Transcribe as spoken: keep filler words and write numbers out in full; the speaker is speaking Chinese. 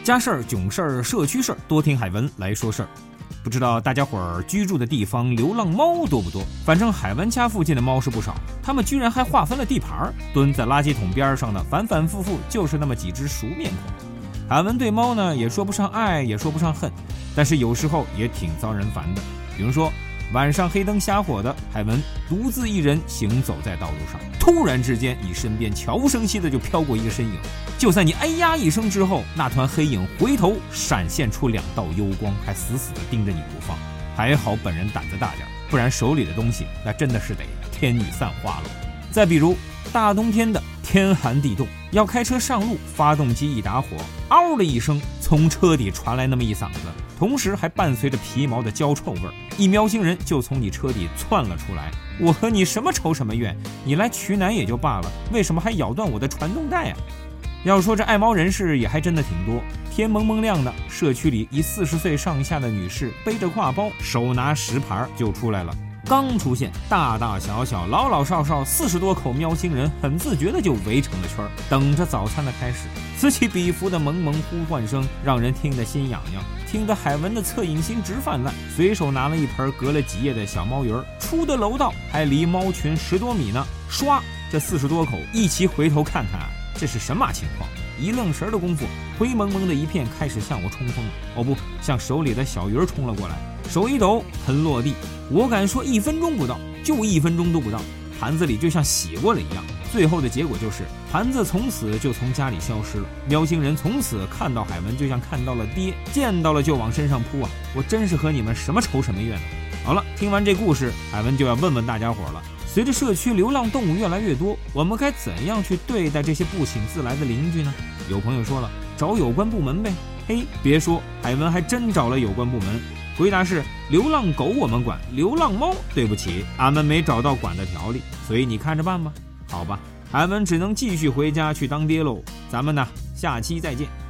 家事儿、囧事儿、社区事儿，多听海文来说事儿。不知道大家伙儿居住的地方流浪猫多不多？反正海文家附近的猫是不少，它们居然还划分了地盘，蹲在垃圾桶边上的反反复复就是那么几只熟面孔。海文对猫呢也说不上爱，也说不上恨，但是有时候也挺遭人烦的。比如说晚上黑灯瞎火的，海文独自一人行走在道路上，突然之间你身边悄无声息的就飘过一个身影，就在你哎呀一声之后，那团黑影回头闪现出两道幽光，还死死的盯着你不放。还好本人胆子大点，不然手里的东西那真的是得天女散花了。再比如大冬天的天寒地冻，要开车上路，发动机一打火，嗷的一声从车底传来那么一嗓子，同时还伴随着皮毛的焦臭味，一喵星人就从你车底窜了出来。我和你什么仇什么怨，你来取奶也就罢了，为什么还咬断我的传动带啊？要说这爱猫人士也还真的挺多。天蒙蒙亮的，社区里一四十岁上下的女士背着挎包，手拿食盘就出来了。刚出现，大大小小老老少少四十多口喵星人很自觉的就围成了圈，等着早餐的开始。此起彼伏的蒙蒙呼唤声让人听得心痒痒，听得海文的恻隐心直泛滥，随手拿了一盆隔了几夜的小猫鱼儿，出的楼道还离猫群十多米呢。唰，这四十多口一齐回头看看，这是什么情况？一愣神的功夫，灰蒙蒙的一片开始向我冲锋了。哦不，向手里的小鱼儿冲了过来，手一抖，盆落地。我敢说一分钟不到，就一分钟都不到，盘子里就像洗过了一样。最后的结果就是盘子从此就从家里消失了。喵星人从此看到海文就像看到了爹，见到了就往身上扑啊！我真是和你们什么仇什么怨呢？好了，听完这故事，海文就要问问大家伙了。随着社区流浪动物越来越多，我们该怎样去对待这些不请自来的邻居呢？有朋友说了，找有关部门呗。嘿，别说，海文还真找了有关部门。回答是：流浪狗我们管，流浪猫对不起，俺们没找到管的条例，所以你看着办吧。好吧，海文只能继续回家去当爹喽。咱们呢，下期再见。